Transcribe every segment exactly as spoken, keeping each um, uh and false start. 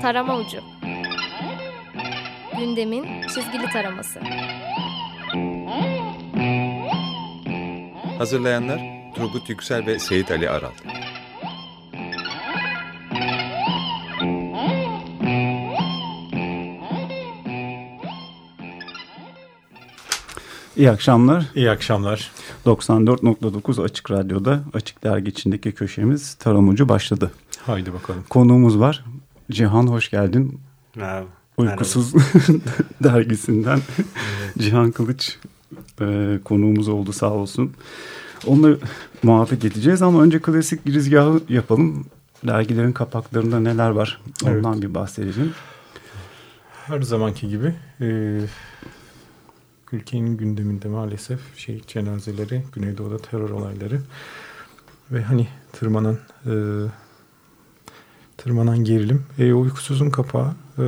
Tarama Ucu. Gündemin çizgili taraması. Hazırlayanlar Turgut Yüksel ve Seyit Ali Aral. İyi akşamlar. İyi akşamlar. doksan dört nokta dokuz Açık Radyo'da Açık Dergi içindeki köşemiz Tarama Ucu başladı. Haydi bakalım. Konuğumuz var. Cihan, hoş geldin. Merhaba. Uykusuz dergisinden Cihan Kılıç e, konuğumuz oldu, sağ olsun. Onunla muhabbet edeceğiz ama önce klasik girizgahı yapalım. Dergilerin kapaklarında neler var? Ondan evet. bir bahsedelim. Her zamanki gibi e, ülkenin gündeminde maalesef şehit cenazeleri, Güneydoğu'da terör olayları ve hani tırmanan e, tırmanan gerilim. E, uykusuzun kapağı e,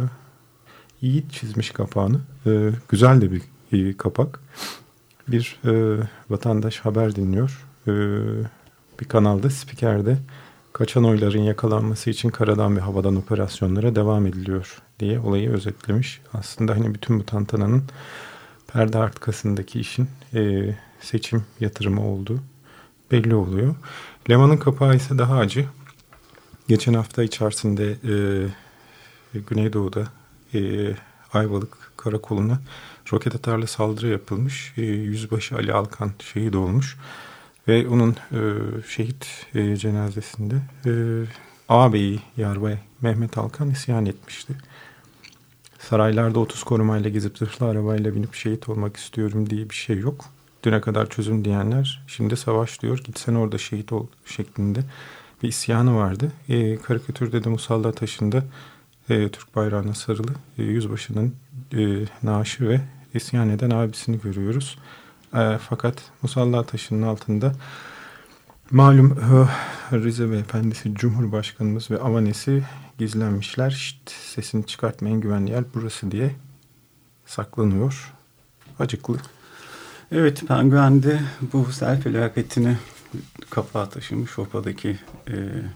Yiğit çizmiş kapağını. E, güzel de bir e, kapak. Bir e, vatandaş haber dinliyor. E, bir kanalda, spikerde kaçan oyların yakalanması için karadan ve havadan operasyonlara devam ediliyor diye olayı özetlemiş. Aslında hani bütün bu tantananın perde arkasındaki işin e, seçim yatırımı olduğu belli oluyor. Leman'ın kapağı ise daha acı. Geçen hafta içerisinde e, Güneydoğu'da e, Ayvalık Karakolu'na roket atarlı saldırı yapılmış. E, Yüzbaşı Ali Alkan şehit olmuş. Ve onun e, şehit e, cenazesinde e, ağabeyi Yarbay Mehmet Alkan isyan etmişti. Saraylarda otuz korumayla gezip zırhlı arabayla binip şehit olmak istiyorum diye bir şey yok. Düne kadar çözüm diyenler şimdi savaş diyor, gitsen orada şehit ol şeklinde bir isyanı vardı. E, karikatürde de Musalla Taşı'nda e, Türk bayrağına sarılı e, yüzbaşının e, naaşı ve isyan eden abisini görüyoruz. E, fakat Musalla Taşı'nın altında malum e, Rize Beyefendisi Cumhurbaşkanımız ve avanesi gizlenmişler. Şşt, sesini çıkartmayın, güvenli yer burası diye saklanıyor. Acıklı. Evet, Penguen'de bu sel felaketini kapağa taşımış. Opa'daki e,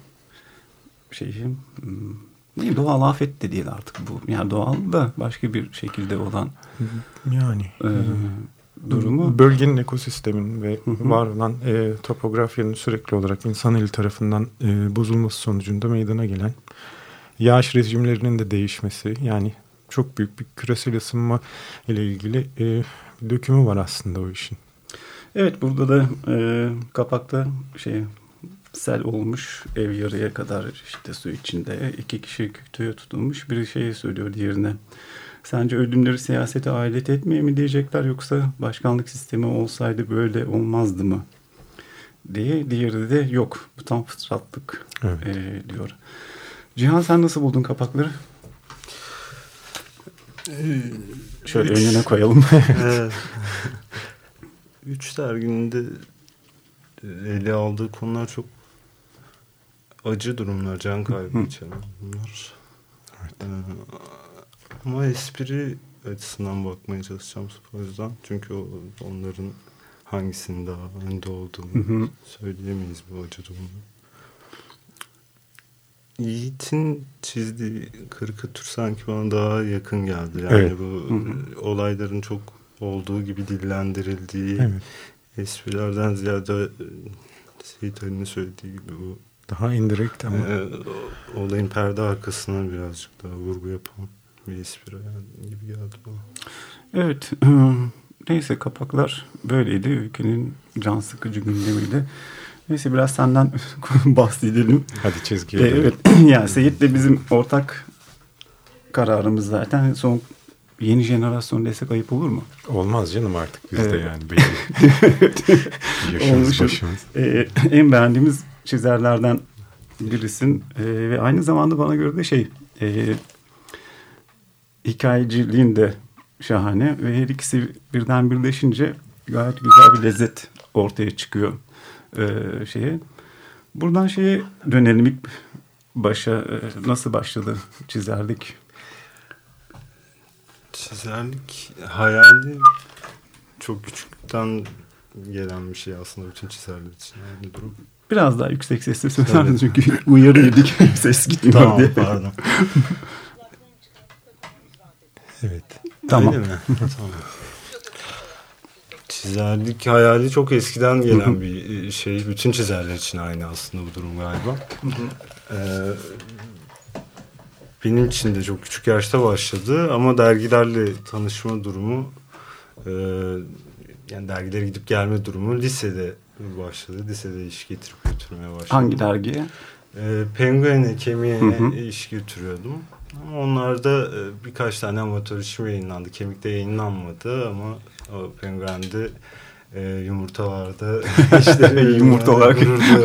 şeyi ne, doğal afet de değil artık bu. Yani doğal da başka bir şekilde olan yani e, durumu. Bölgenin ekosistemin ve var olan e, topografyanın sürekli olarak insan eli tarafından e, bozulması sonucunda meydana gelen yağış rejimlerinin de değişmesi, yani çok büyük bir küresel ısınma ile ilgili e, bir dökümü var aslında o işin. Evet, burada da e, kapakta şey sel olmuş, ev yarıya kadar işte su içinde, iki kişi kötüye tutulmuş. Biri şeyi söylüyor diğerine. Sence ölümleri siyasete alet etmeye mi diyecekler, yoksa başkanlık sistemi olsaydı böyle olmazdı mı diye. Diğeri de yok, bu tam fıtratlık evet. e, diyor. Cihan, sen nasıl buldun kapakları? Ee, Şöyle üç, önüne koyalım. e, üç derginin de ele aldığı konular çok acı durumlar, can kaybı içeren bunlar. Evet. Ee, ama espri açısından bakmaya çalışacağım o yüzden. Çünkü o, onların hangisinin daha önde olduğunu söyleyemeyiz bu acı durumda. Yiğit'in çizdiği karikatür sanki bana daha yakın geldi. Yani evet. bu hı hı. olayların çok olduğu gibi dillendirildiği evet. esprilerden ziyade Seyit Ali'nin söylediği gibi bu daha indirekt ama e, olayın perde arkasına birazcık daha vurgu yapan bir espri yani gibi geldi bana. Evet. Neyse, kapaklar böyleydi. Ülkenin can sıkıcı gündemiydi. Neyse, biraz senden bahsedelim. Hadi çizgiye. Ee, evet. Yani Seyit'le bizim ortak kararımız zaten. Son yeni jenerasyon desek ayıp olur mu? Olmaz canım, artık biz evet. de yani. Belli. Yaşımız başımız. Ee, en beğendiğimiz çizerlerden birisin. Ee, ve aynı zamanda bana göre de şey e, hikayeciliğin de şahane. Ve her ikisi birden birleşince gayet güzel bir lezzet ortaya çıkıyor. Ee, şeye. Buradan şeye dönelim, ilk başa e, nasıl başladı çizerlik? Çizerlik hayali çok küçükten gelen bir şey aslında bütün çizerler için aynı durum. Biraz daha yüksek sesle söyler evet. Çünkü uyarıyorduk ses gitmiyor tamam, diye. Pardon. Evet. Tamam. Öyle mi? Tamam. Çizerlik hayali çok eskiden gelen bir şey. Bütün çizerler için aynı aslında bu durum galiba. Ee, benim için de çok küçük yaşta başladı ama dergilerle tanışma durumu, e, yani dergilere gidip gelme durumu lisede başladı. Lisede iş getirip götürmeye başladım. Hangi dergiye? Ee, Penguen'e, Kemik'e iş götürüyordum. Ama onlarda e, birkaç tane amatör işim yayınlandı. Kemik'te yayınlanmadı ama o Penguen'de e, yumurtalarda işleri yumurta olarak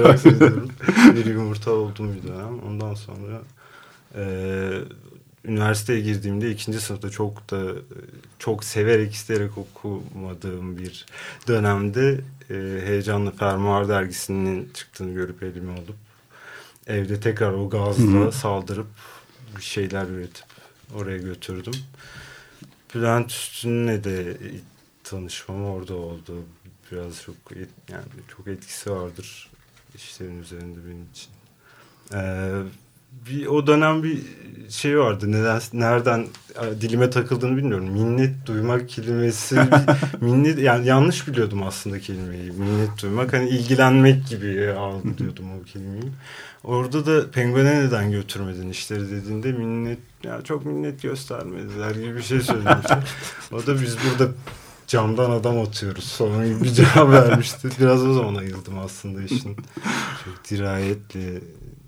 bir yumurta olduğum bir dönem. Ondan sonra e, üniversiteye girdiğimde ikinci sınıfta çok da çok severek isteyerek okumadığım bir dönemde e, heyecanla Fermuar dergisinin çıktığını görüp elime alıp evde tekrar o gazla Hı-hı. saldırıp bir şeyler üretip oraya götürdüm. Bülent Üstün'le de tanışmam orada oldu. Biraz çok et, yani çok etkisi vardır işlerin üzerinde benim için. Ee, bir o dönem bir şey vardı. Neden nereden dilime takıldığını bilmiyorum. Minnet duymak kelimesi bir, minnet yani yanlış biliyordum aslında kelimeyi. Minnet duymak hani ilgilenmek gibi algılıyordum o kelimeyi. Orada da Penguen'e neden götürmedin işleri dediğinde minnet ya çok minnet göstermediler gibi bir şey söylemişti. O da biz burada camdan adam atıyoruz falan gibi bir cevap vermişti. Biraz o zaman ayıldım aslında işin. Çok dirayetli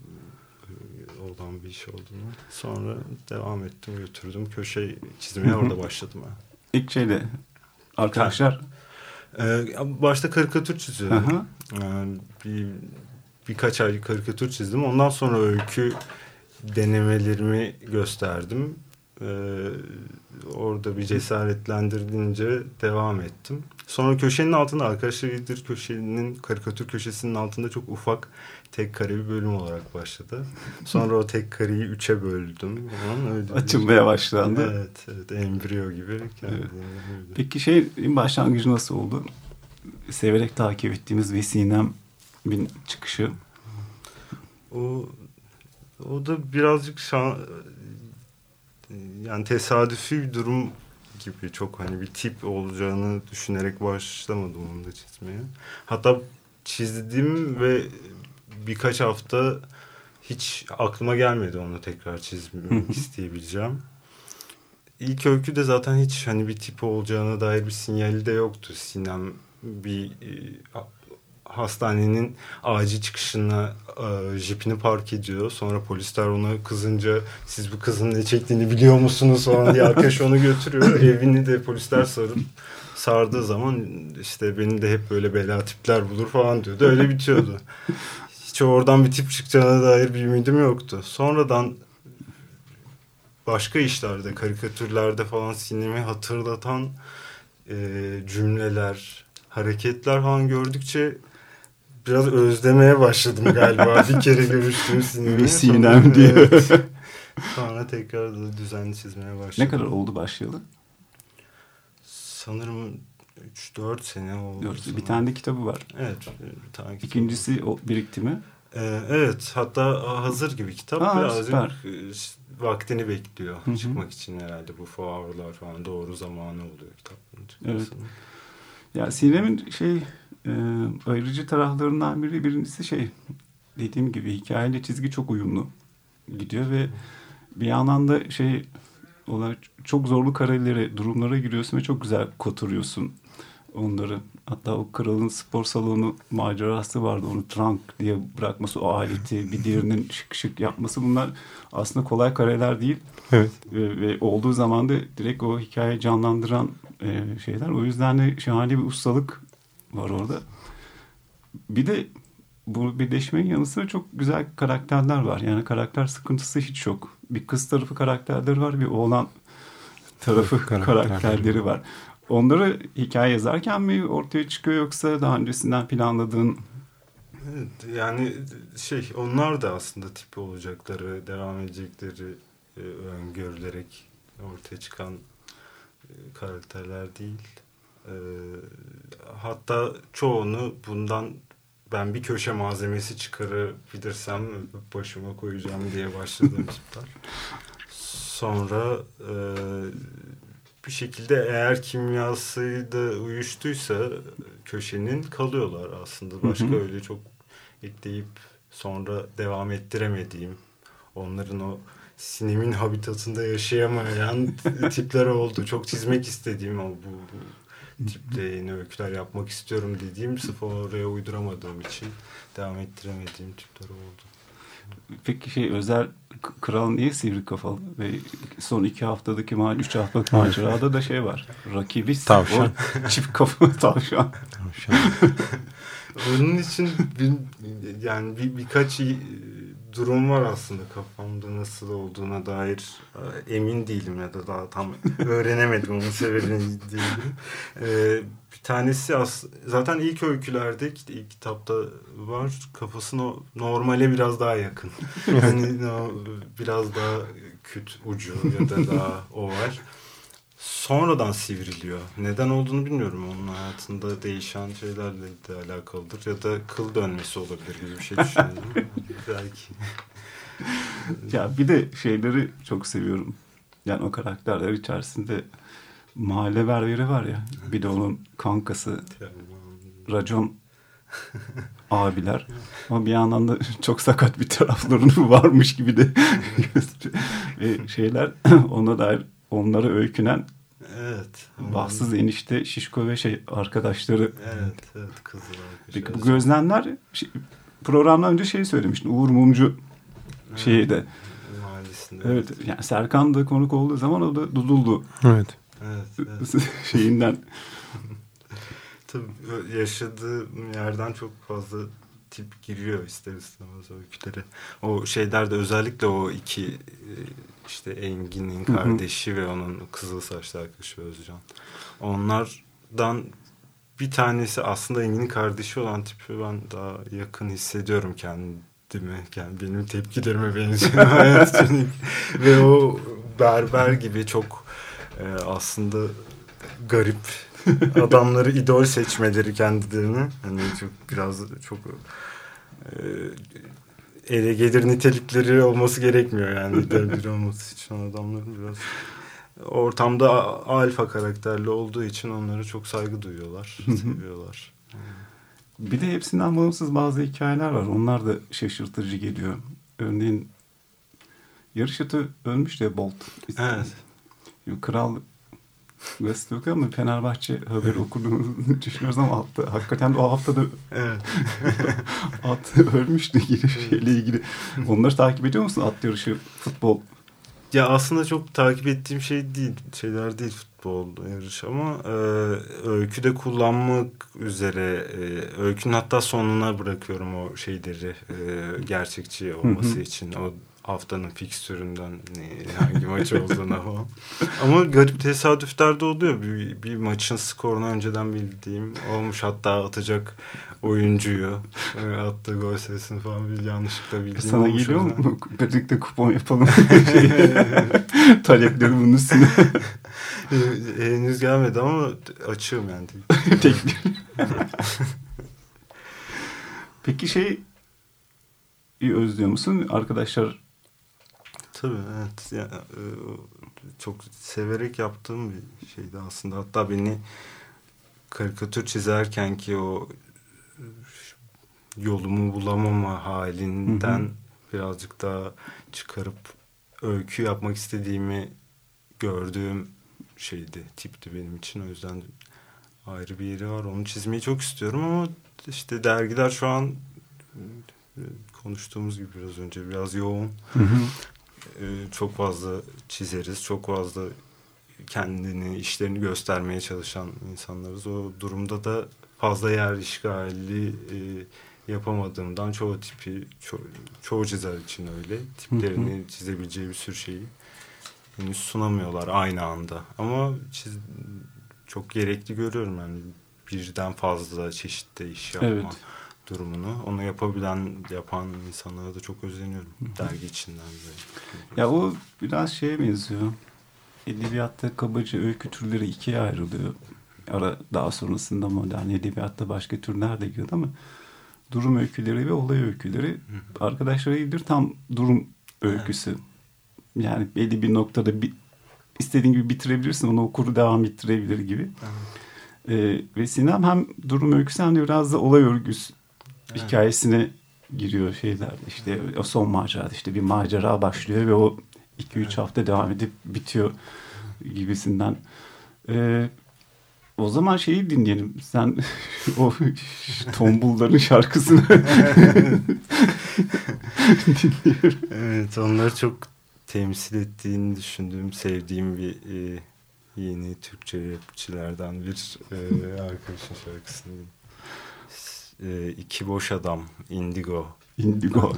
olan bir iş olduğunu. Sonra devam ettim, götürdüm. Köşe çizmeye orada başladım. Ben. İlk şeyde arkadaşlar ee, başta karikatür çiziyordum. Yani bir birkaç ay karikatür çizdim. Ondan sonra öykü denemelerimi gösterdim. Ee, orada bir cesaretlendirince devam ettim. Sonra köşenin altında Arkadaşlar İyidir köşenin karikatür köşesinin altında çok ufak tek kare bir bölüm olarak başladı. Sonra o tek kareyi üçe böldüm. Öyle açılmaya başlandı. Evet, evet, embriyo gibi. Evet. Peki şey başlangıcı nasıl oldu? Severek takip ettiğimiz ve Sinem'in çıkışı. O o da birazcık şan, yani tesadüfi bir durum gibi, çok hani bir tip olacağını düşünerek başlamadım onu da çizmeye. Hatta çizdim ve birkaç hafta hiç aklıma gelmedi onu tekrar çizmek isteyebileceğim. İlk öyküde zaten hiç hani bir tip olacağına dair bir sinyali de yoktu. Sinem bir e, hastanenin acil çıkışına e, jipini park ediyor. Sonra polisler ona kızınca siz bu kızın ne çektiğini biliyor musunuz falan diye arkadaş onu götürüyor. Evini de polisler sarıp sardığı zaman işte beni de hep böyle bela tipler bulur falan diyordu. Öyle bitiyordu. Hiç oradan bir tip çıkacağına dair bir ümidim yoktu. Sonradan başka işlerde, karikatürlerde falan Sinem'i hatırlatan e, cümleler, hareketler falan gördükçe biraz özlemeye başladım galiba. Bir kere görüştüğüm Sinem'i. Sinem diye. Evet. Sonra tekrar da düzenli çizmeye başladım. Ne kadar oldu başlayalı? Sanırım üç dört sene oldu. dört, bir tane de kitabı var. Evet. Bir tane kitabı. İkincisi o birikti mi? Ee, evet. Hatta hazır gibi kitap. Aa, birazcık süper. vaktini bekliyor. Hı-hı. Çıkmak için herhalde bu fuarlar falan doğru zamanı oluyor kitapların çıkmasının. Evet. Ya Sinem'in şey e, ayrıcı taraflarından biri birincisi şey dediğim gibi hikayeyle çizgi çok uyumlu gidiyor ve bir yandan da şey olarak çok zorlu karelere, durumlara giriyorsun ve çok güzel kotarıyorsun onları. Hatta o kralın spor salonu macerası vardı. Onu trunk diye bırakması, o aleti bir diğerinin şık şık yapması, bunlar aslında kolay kareler değil. Evet. Ve, ve olduğu zaman da direkt o hikayeyi canlandıran e, şeyler. O yüzden de şahane bir ustalık var orada. Bir de bu birleşmenin yanı sıra çok güzel karakterler var. Yani karakter sıkıntısı hiç yok. Bir kız tarafı karakterleri var, bir oğlan tarafı karakterleri, karakterleri var. Onları hikaye yazarken mi ortaya çıkıyor yoksa daha öncesinden planladığın? Evet, yani şey onlar da aslında tipi olacakları, devam edecekleri e, öngörülerek ortaya çıkan e, karakterler değil. Ee, hatta çoğunu bundan ben bir köşe malzemesi çıkarabilirsem başıma koyacağım diye başladığım tipler. Sonra e, bir şekilde eğer kimyası da uyuştuysa köşenin kalıyorlar aslında. Başka hı hı. öyle çok ekleyip sonra devam ettiremediğim, onların o sinemin habitatında yaşayamayan tipler oldu. Çok çizmek istediğim o bu, bu tipte yeni öyküler yapmak istiyorum dediğim, sırf oraya uyduramadığım için devam ettiremediğim tipler oldu. Peki şey özel Kral niye sivri kafalı ve son iki haftadaki mal üç haftalık macerada da şey var. Rakibi tavşan. Çift kafalı tavşan. Tavşan. Onun için bir, yani bir, birkaç iyi durum var aslında kafamda nasıl olduğuna dair emin değilim ya da daha tam öğrenemedim onun sebebini değilim. Ee, bir tanesi as- zaten ilk öykülerde ilk kitapta var, kafası no- normale biraz daha yakın. Yani no, biraz daha küt ucu ya da daha oval. Sonradan sivriliyor. Neden olduğunu bilmiyorum. Onun hayatında değişen şeylerle de alakalıdır. Ya da kıl dönmesi olabilir gibi bir şey düşünüyorum. Belki. Ya bir de şeyleri çok seviyorum. Yani o karakterler içerisinde mahalle berberi var ya. Bir de onun kankası. Racon abiler. Ama bir yandan da çok sakat bir taraflarının varmış gibi de ve şeyler ona dair onlara öykünen evet. bahtsız enişte Şişko ve şey arkadaşları. Evet, evet kızlar. Peki bu gözlemler şey, programdan önce şey söylemiştin. Uğur Mumcu şeyi de. Mahallesinde. Evet. Yani Serkan da konuk olduğu zaman o da Duduldu. Evet. Evet, evet. Şeyinden. Tabii yaşadığım yerden çok fazla tip giriyor ister istemez öykülere. O şeylerde özellikle o iki işte Engin'in kardeşi hı hı. ve onun kızıl saçlı arkadaşı Özcan. Onlardan bir tanesi aslında Engin'in kardeşi olan tipi ben daha yakın hissediyorum kendimi. Yani benim tepkilerime benziyor hayat için. Ve o berber gibi çok e, aslında garip adamları idol seçmeleri kendilerini. Yani çok biraz çok e, ele gelir nitelikleri olması gerekmiyor yani idol biri olması için adamların biraz ortamda alfa karakterli olduğu için onlara çok saygı duyuyorlar, seviyorlar. Bir de hepsinden bağımsız bazı hikayeler var. Onlar da şaşırtıcı geliyor. Örneğin yarış atı ölmüş de Bolt. Evet. Kral gazete okuyor ama Fenerbahçe haberi okuduğunu düşünüyoruz ama altta, hakikaten de o haftada evet. at ölmüştü ilgili şeyle ilgili. Onları takip ediyor musun? At yarışı, futbol. Ya aslında çok takip ettiğim şey değil, şeyler değil futbol yarış ama e, öyküde kullanmak üzere e, öykünün hatta sonuna bırakıyorum o şeyleri e, gerçekçi olması için o haftanın fikstüründen hangi maç olduğuna falan. Ama garip tesadüfler de oluyor. Bir, bir maçın skorunu önceden bildiğim olmuş. Hatta atacak oyuncuyu, attığı gol sayısını falan bir yanlışlıkla bildiğim sana olmuş. Sana geliyor mu? Birlikte kupon yapalım. Talepleri bunun üstüne. Henüz gelmedi ama açığım yani. Teknik. Peki şey özlüyor musun? Arkadaşlar tabii evet. Yani, çok severek yaptığım bir şeydi aslında. Hatta beni karikatür çizerken ki o yolumu bulamama halinden hı hı. birazcık daha çıkarıp öykü yapmak istediğimi gördüğüm şeydi, tipti benim için. O yüzden ayrı bir yeri var. Onu çizmeyi çok istiyorum ama işte dergiler şu an konuştuğumuz gibi biraz önce biraz yoğun. Hı hı. Ee, çok fazla çizeriz. Çok fazla kendini, işlerini göstermeye çalışan insanlarız. O durumda da fazla yer işgali e, yapamadığımdan çoğu tipi, ço- çoğu çizer için öyle. Tiplerini hı hı. çizebileceği bir sürü şeyi henüz sunamıyorlar aynı anda. Ama çiz, çok gerekli görüyorum yani birden fazla çeşitli iş yapma. Evet. Durumunu. Onu yapabilen, yapan insanlara da çok özleniyorum. Dergi içinden de. Ya o biraz şeye benziyor. Edebiyatta kabaca öykü türleri ikiye ayrılıyor. ara daha sonrasında modern edebiyatta başka türler de girdi ama durum öyküleri ve olay öyküleri arkadaşlar iyidir tam durum öyküsü. Yani belli bir noktada bir, istediğin gibi bitirebilirsin, onu okuru devam ettirebilir gibi. Ee, ve Sinem hem durum öyküsü hem de biraz da olay örgüsü evet. hikayesine giriyor şeyler. İşte o son macerada işte bir macera başlıyor ve o iki üç evet. hafta devam edip bitiyor gibisinden. Ee, o zaman şeyi dinleyelim. Sen o tombulların şarkısını dinliyorum. Evet, onları çok temsil ettiğini düşündüğüm, sevdiğim bir e, yeni Türkçe rapçilerden bir e, arkadaşın şarkısını. E, iki boş adam, Indigo. Indigo.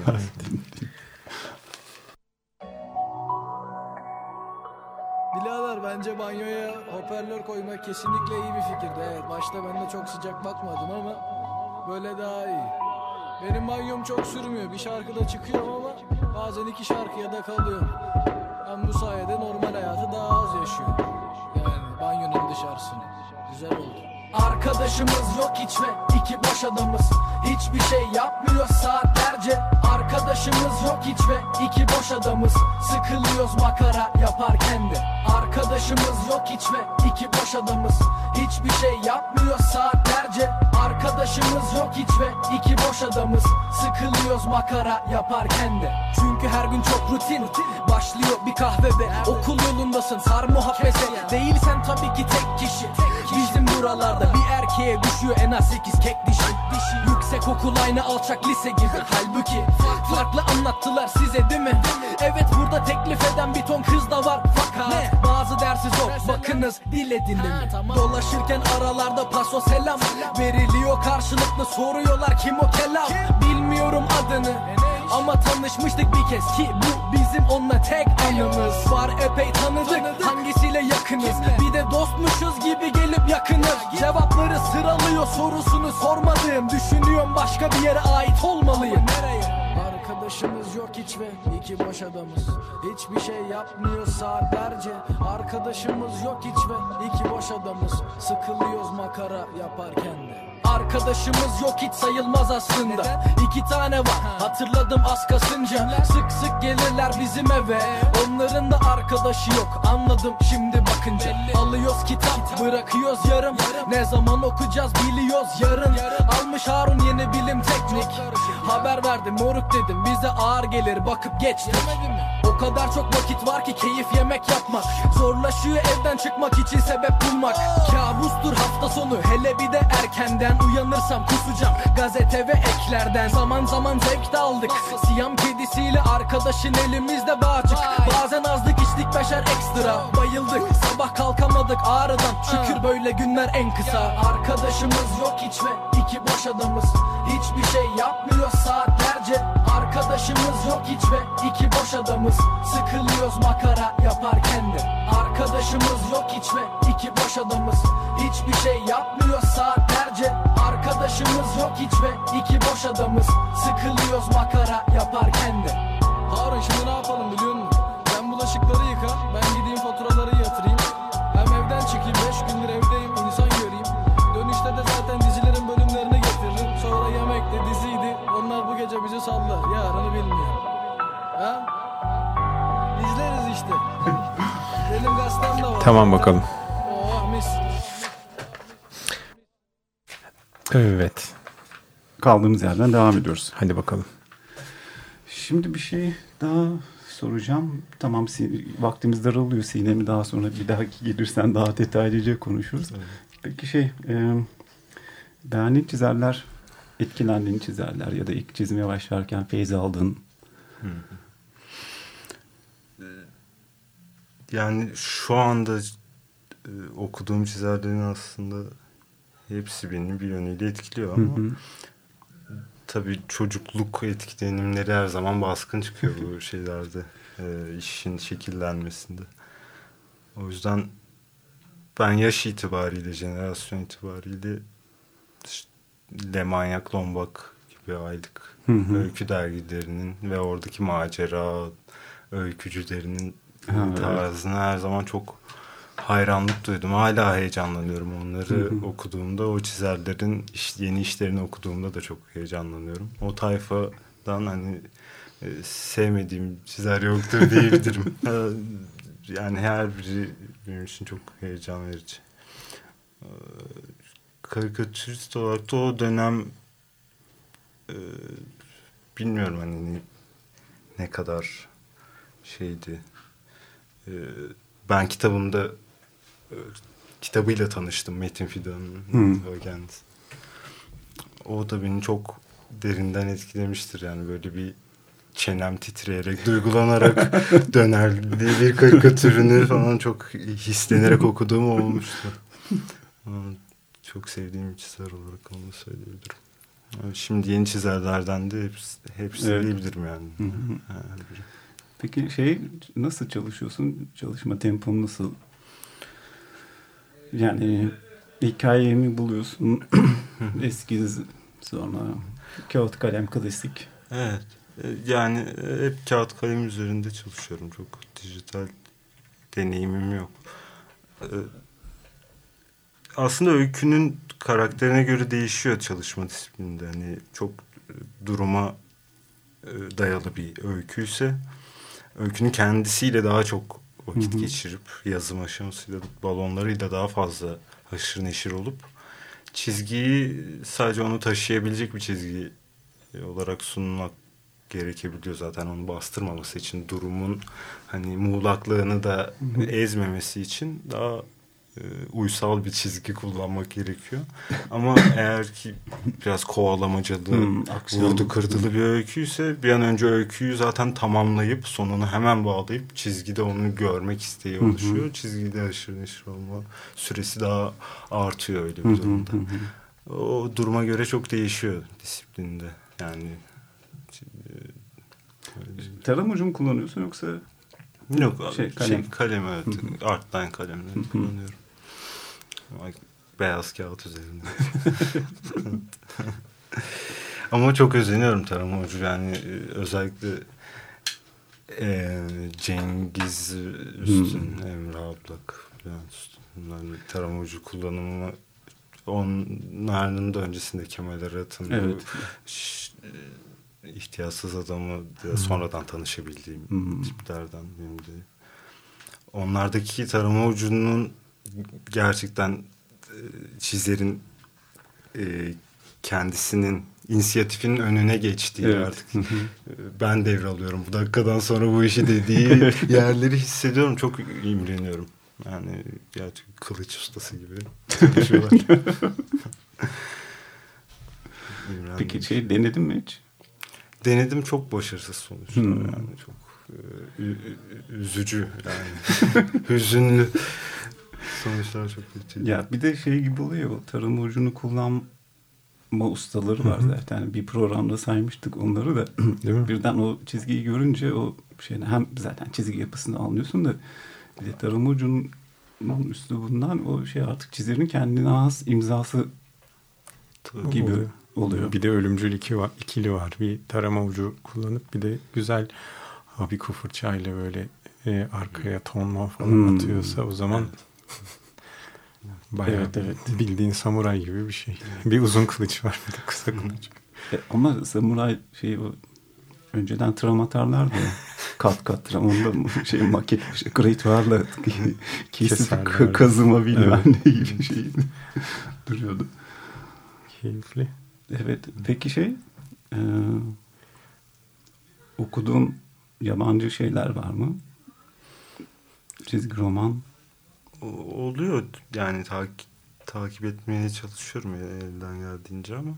Bilader, bence banyoya hoparlör koymak kesinlikle iyi bir fikirdi. Evet, başta ben de çok sıcak bakmadım ama böyle daha iyi. Benim banyom çok sürmüyor. Bir şarkıda çıkıyorum ama bazen iki şarkıya da kalıyorum. Ben bu sayede normal hayatı daha az yaşıyorum. Yani banyonun dışarısını. Güzel oldu. Arkadaşımız yok hiç ve iki boş adamız. Hiçbir şey yapmıyor saatlerce. Arkadaşımız yok hiç ve iki boş adamız. Sıkılıyoruz makara yaparken de. Arkadaşımız yok hiç ve iki boş adamız. Hiçbir şey yapmıyor saatlerce. Arkadaşımız yok hiç ve iki boş adamız. Sıkılıyoruz makara yaparken de. Çünkü her gün çok rutin. Başlıyor bir kahvede. Okul yolundasın sar muhabbete. Değilsen tabii ki tek kişi. Bizim buralarda bir erkeğe düşüyor en az sekiz kek dişi. Yüksek okul aynı alçak lise gibi. Halbuki farklı anlattılar size değil mi? Evet, burada teklif eden bir ton kız da var. Fakat bazı dersi zor. Bakınız dile dinlemi. Dolaşırken aralarda paso selam veriliyor karşılıklı, soruyorlar kim o kelam. Bilmiyorum adını ama tanışmıştık bir kez ki bu bizim onunla tek anımız. Var epey tanıdık, hangisiyle yakınız? Bir de dostmuşuz gibi gelip yakınız. Cevapları sıralıyor, sorusunu sormadığım. Düşünüyorum başka bir yere ait olmalıyım. Nereye? Arkadaşımız yok hiç ve iki boş adamız. Hiçbir şey yapmıyor saatlerce. Arkadaşımız yok hiç ve iki boş adamız. Sıkılıyoruz makara yaparken de. Arkadaşımız yok hiç sayılmaz aslında. Neden? İki tane var hatırladım az kasınca. Sık sık gelirler bizim eve. Onların da arkadaşı yok, anladım şimdi bakınca. Belli. Alıyoruz kitap bırakıyoruz yarım. yarım Ne zaman okuyacağız biliyoruz yarın. yarın Almış Harun yeni bilim teknik. Haber verdim moruk dedim, bize ağır gelir bakıp geçtik. O kadar çok vakit var ki keyif yemek yapmak. Zorlaşıyor evden çıkmak için sebep bulmak. Kabustur hafta sonu, hele bir de erkenden. Uyanırsam kusacağım gazete ve eklerden. Zaman zaman zevk de aldık. Siyam kedisiyle arkadaşın elimizde bağcık. Bazen azlık içtik beşer ekstra. Bayıldık sabah kalkamadık ağrıdan. Şükür böyle günler en kısa. Arkadaşımız yok hiç ve iki boş adamız. Hiçbir şey yapmıyor saatlerce. Arkadaşımız yok hiç ve iki boş adamız. Sıkılıyoruz makara yaparken de. Arkadaşımız yok hiç ve iki boş adamız. Hiçbir şey yapmıyor saatlerce. Arkadaşımız yok hiç ve iki boş adamız. Sıkılıyoruz makara yaparken de. Harun, şimdi ne yapalım biliyor musun? Sen bulaşıkları yıka, ben gideyim faturaları yatırayım. Hem evden çıkayım, beş gündür evdeyim, insan göreyim. Dönüşte de zaten dizilerin bölümlerini getiririm. Sonra yemekti, diziydi, onlar bu gece bizi sallar. Yarını bilmiyorum. Ha? İzleriz işte. Benim gazetem de var. Tamam bakalım. Oh mis. Evet. Kaldığımız yerden devam ediyoruz. Hadi bakalım. Şimdi bir şey daha soracağım. Tamam, vaktimiz daralıyor. Sinem'i daha sonra bir dahaki gelirsen daha detaylıca konuşuruz. Evet. Peki şey, e, beğendiğin çizerler, etkilendiğin çizerler ya da ilk çizmeye başlarken feyz aldığın. Hı. Yani şu anda e, okuduğum çizerlerin aslında hepsi beni bir yönüyle etkiliyor ama hı hı. tabii çocukluk etkilenimleri her zaman baskın çıkıyor bu şeylerde, e, işin şekillenmesinde. O yüzden ben yaş itibariyle, jenerasyon itibariyle işte Le Manyak Lombak gibi aylık hı hı. öykü dergilerinin ve oradaki macera öykücülerinin ha, tarzını evet. her zaman çok hayranlık duydum. Hala heyecanlanıyorum onları hı hı. okuduğumda. O çizerlerin iş, yeni işlerini okuduğumda da çok heyecanlanıyorum. O tayfadan hani e, sevmediğim çizer yoktur diyebilirim. Yani her biri benim için çok heyecan verici. E, karikatürist olarak da o dönem e, bilmiyorum hani ne, ne kadar şeydi. E, ben kitabımda e, kitabıyla tanıştım Metin Fidan'ın. Hmm. O da beni çok derinden etkilemiştir. Yani böyle bir çenem titreyerek, duygulanarak dönerli bir karikatürünü falan çok hislenerek okuduğum olmuştu. Çok sevdiğim bir çizer olarak onu söyleyebilirim. Şimdi yeni çizerlerden de hepsi, hepsi evet. diyebilirim yani. Hı hı. Peki şey nasıl çalışıyorsun? Çalışma tempon nasıl? Yani hikayemi buluyorsun. Eskiz sonra kağıt kalem klasik. Evet. Yani hep kağıt kalem üzerinde çalışıyorum. Çok dijital deneyimim yok. Aslında öykünün karakterine göre değişiyor çalışma disiplininde. Hani çok duruma dayalı bir öyküyse öykünün kendisiyle daha çok vakit hı hı. geçirip yazım aşamasıyla balonlarıyla daha fazla haşır neşir olup çizgiyi sadece onu taşıyabilecek bir çizgi olarak sunmak gerekebiliyor zaten onu bastırmaması için durumun hani muğlaklığını da hı hı. ezmemesi için daha e, uysal bir çizgi kullanmak gerekiyor. Ama eğer ki biraz kovalamacalı, hmm, vurdu kırdılı bir öyküyse bir an önce öyküyü zaten tamamlayıp sonunu hemen bağlayıp çizgide onu görmek isteği oluşuyor. Hı hı. Çizgide aşırı neşir olma süresi daha artıyor öyle bir durumda. Hı hı. O duruma göre çok değişiyor disiplinde. Yani tarım ucu mu kullanıyorsun yoksa? Yok şey, kalem, şey, kalem evet. Artline kalemleri kullanıyorum. Beyaz kağıt üzerinde. Ama çok özeniyorum tarama ucu yani özellikle e, Cengiz Üstün, hmm. Emre Ablak, yani tarama ucu kullanımı onların da öncesinde Kemal Arat'ın evet. ihtiyatsız adamı hmm. sonradan tanışabildiğim hmm. tiplerden benim de. Onlardaki tarama ucunun gerçekten e, çizerin e, kendisinin inisiyatifinin önüne geçtiği evet. artık ben devralıyorum bu dakikadan sonra bu işi dediği yerleri hissediyorum. Çok imreniyorum. Yani gerçekten kılıç ustası gibi çalışıyorlar. Peki şey denedin mi hiç? Denedim, çok başarısız sonuçlar. Hmm. Yani çok e, üzücü yani. Hüzünlü sonuçlar çok kötü. Ya bir de şey gibi oluyor. Tarım ucunu kullanma ustaları var zaten. Bir programda saymıştık onları da. Birden o çizgiyi görünce o şeyden hem zaten çizgi yapısını anlıyorsun da bir de tarım ucunun üslubundan o şey artık çizerin kendine has imzası gibi oluyor. oluyor. Bir de ölümcül iki var, ikili var. Bir tarama ucu kullanıp bir de güzel Habiko fırçayla böyle e, arkaya tonla falan hmm. atıyorsa o zaman bayağı evet, evet. bildiğin samuray gibi bir şey. Bir uzun kılıç var bir de kısa kılıç. E, ama samuray şey o önceden tram atarlardı ya. Kat kat tram. Onda şey maket şey, Great War'la kesip kazıma bilmem evet. ne gibi şey duruyordu. Keyifli. Evet. Peki şey e, okuduğun yabancı şeyler var mı? Çizgi roman? Oluyor. Yani takip, takip etmeye çalışıyorum elden geldiğince ama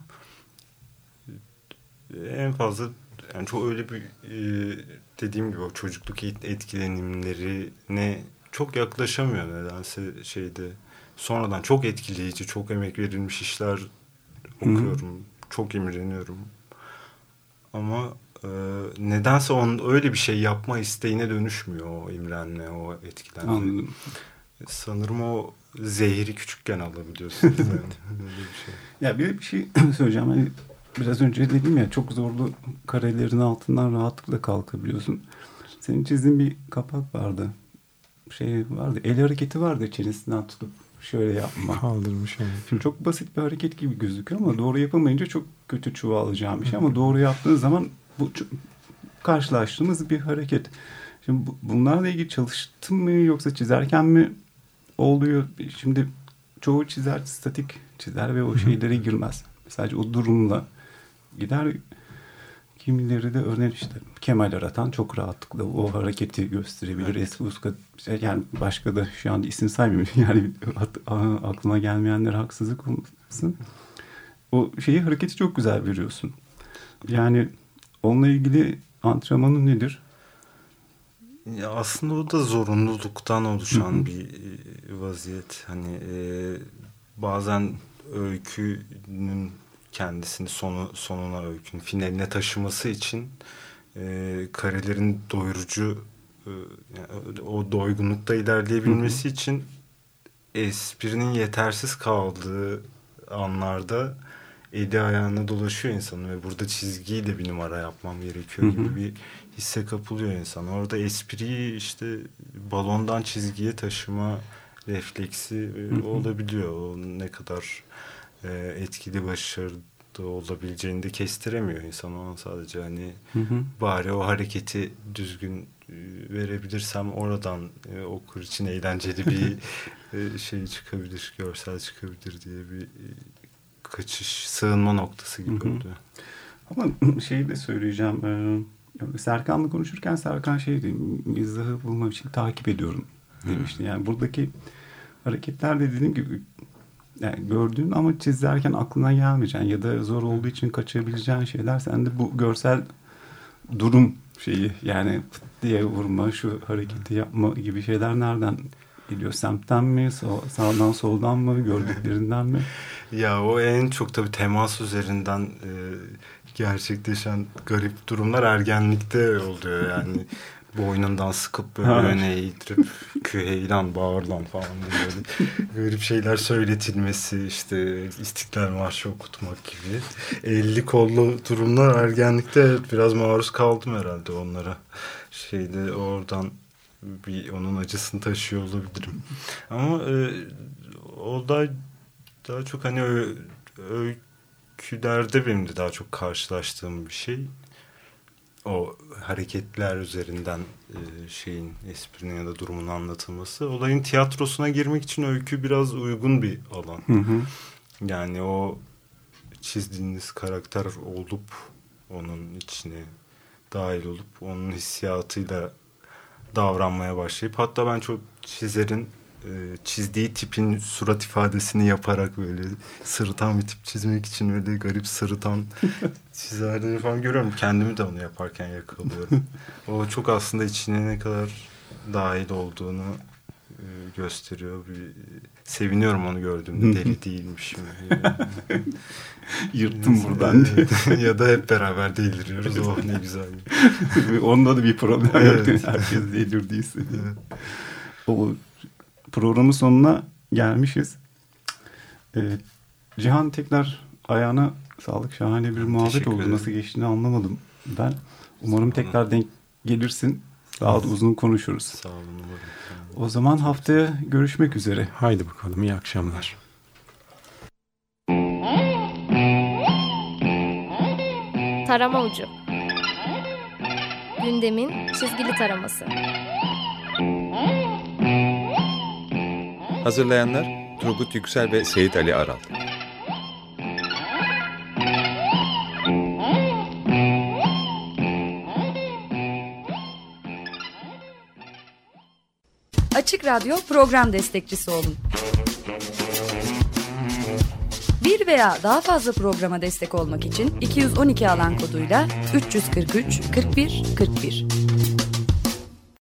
en fazla yani çok öyle bir e, dediğim gibi o çocukluk etkilenimlerine çok yaklaşamıyor nedense şeyde. Sonradan çok etkileyici, çok emek verilmiş işler okuyorum. Hı-hı. Çok imreniyorum. Ama e, nedense onun öyle bir şey yapma isteğine dönüşmüyor o imrenme, o etkilenme. Anladım. Sanırım o zehri küçükken alabiliyorsun. Yani. Öyle bir şey. Ya bir, bir şey söyleyeceğim. Hani biraz önce dedim ya çok zorlu karelerin altından rahatlıkla kalkabiliyorsun. Senin çizdiğin bir kapak vardı. şey vardı. El hareketi vardı, çenesinden tutup şöyle yapma. Kaldırmış yani. Şimdi çok basit bir hareket gibi gözüküyor ama doğru yapamayınca çok kötü çuvallayacağım bir şey. Ama doğru yaptığın zaman bu karşılaştığımız bir hareket. Şimdi bu, bunlarla ilgili çalıştın mı yoksa çizerken mi oluyor? Şimdi çoğu çizer statik çizer ve o şeylere girmez. Sadece o durumla gider. Kimileri de örneğin işte Kemal Aratan çok rahatlıkla o hareketi gösterebilir. Evet. Eski uska, yani başka da şu anda isim saymayayım. Yani aklıma gelmeyenlere haksızlık olmasın. O şeyi, hareketi çok güzel veriyorsun. Yani onunla ilgili antrenmanın nedir? Ya aslında o da zorunluluktan oluşan bir vaziyet. Hani e, bazen öykünün kendisini sonu sonuna, öykünün finaline taşıması için e, karelerin doyurucu e, yani o doygunlukta ilerleyebilmesi hı hı. için esprinin yetersiz kaldığı anlarda eli ayağına dolaşıyor insanın ve burada çizgiyle bir numara yapmam gerekiyor gibi hı hı. bir hisse kapılıyor insan. Orada espriyi işte balondan çizgiye taşıma refleksi hı hı. olabiliyor. O ne kadar e, etkili, başarılı olabileceğini de kestiremiyor insan. Ona sadece hani hı hı. bari o hareketi düzgün e, verebilirsem oradan e, okur için eğlenceli bir e, şey çıkabilir, görsel çıkabilir diye bir e, kaçış, sığınma noktası gibi hı hı. oluyor. Ama şeyi de söyleyeceğim. Ee, Serkan'la konuşurken Serkan şeydi, mizahı bulmam için takip ediyorum demişti. Yani buradaki hareketler de dediğim gibi yani gördüğün ama çizerken aklına gelmeyeceğin ya da zor olduğu için kaçabileceğin şeyler, sen de bu görsel durum şeyi, yani pıt diye vurma, şu hareketi yapma gibi şeyler nereden geliyor? Semtten mi? Sağdan soldan mı? Gördüklerinden mi? Ya o en çok tabii temas üzerinden e, gerçekleşen garip durumlar ergenlikte oluyor yani. Boynundan sıkıp böyle öne eğdirip küheylan, bağırlan falan böyle garip şeyler söyletilmesi, işte İstiklal Marşı okutmak gibi. Elli kollu durumlar ergenlikte evet, biraz maruz kaldım herhalde onlara. Şeyde oradan bir onun acısını taşıyor olabilirim. Ama e, o da daha çok hani ö, öykülerde benim de daha çok karşılaştığım bir şey. O hareketler üzerinden e, şeyin, esprinin ya da durumun anlatılması. Olayın tiyatrosuna girmek için öykü biraz uygun bir alan. Hı hı. Yani o çizdiğiniz karakter olup onun içine dahil olup onun hissiyatıyla davranmaya başlayıp, hatta ben çok çizerin e, çizdiği tipin surat ifadesini yaparak böyle sırıtan bir tip çizmek için öyle garip sırıtan çizerleri falan görüyorum. Kendimi de onu yaparken yakalıyorum. O çok aslında içine ne kadar dahil olduğunu e, gösteriyor. Bir, seviniyorum onu gördüğümde, deli değilmişim. Yırttım buradan diye. Ya da hep beraber deliriyoruz. Oh ne güzel. Onda da bir problem evet. yok. Herkes delirdiyse. Evet. O programın sonuna gelmişiz. Ee, Cihan, tekrar ayağına sağlık. Şahane bir muhabbet oldu. Nasıl geçtiğini anlamadım ben. Umarım tekrar denk gelirsin. Daha da uzun konuşuruz. Sağ olun, umarım. O zaman haftaya görüşmek üzere. Haydi bakalım, iyi akşamlar. Tarama Ucu. Gündemin çizgili taraması. Hazırlayanlar Turgut Yüksel ve Seyit Ali Aral. Açık Radyo program destekçisi olun. Bir veya daha fazla programa destek olmak için iki yüz on iki alan koduyla üç yüz kırk üç kırk bir kırk bir.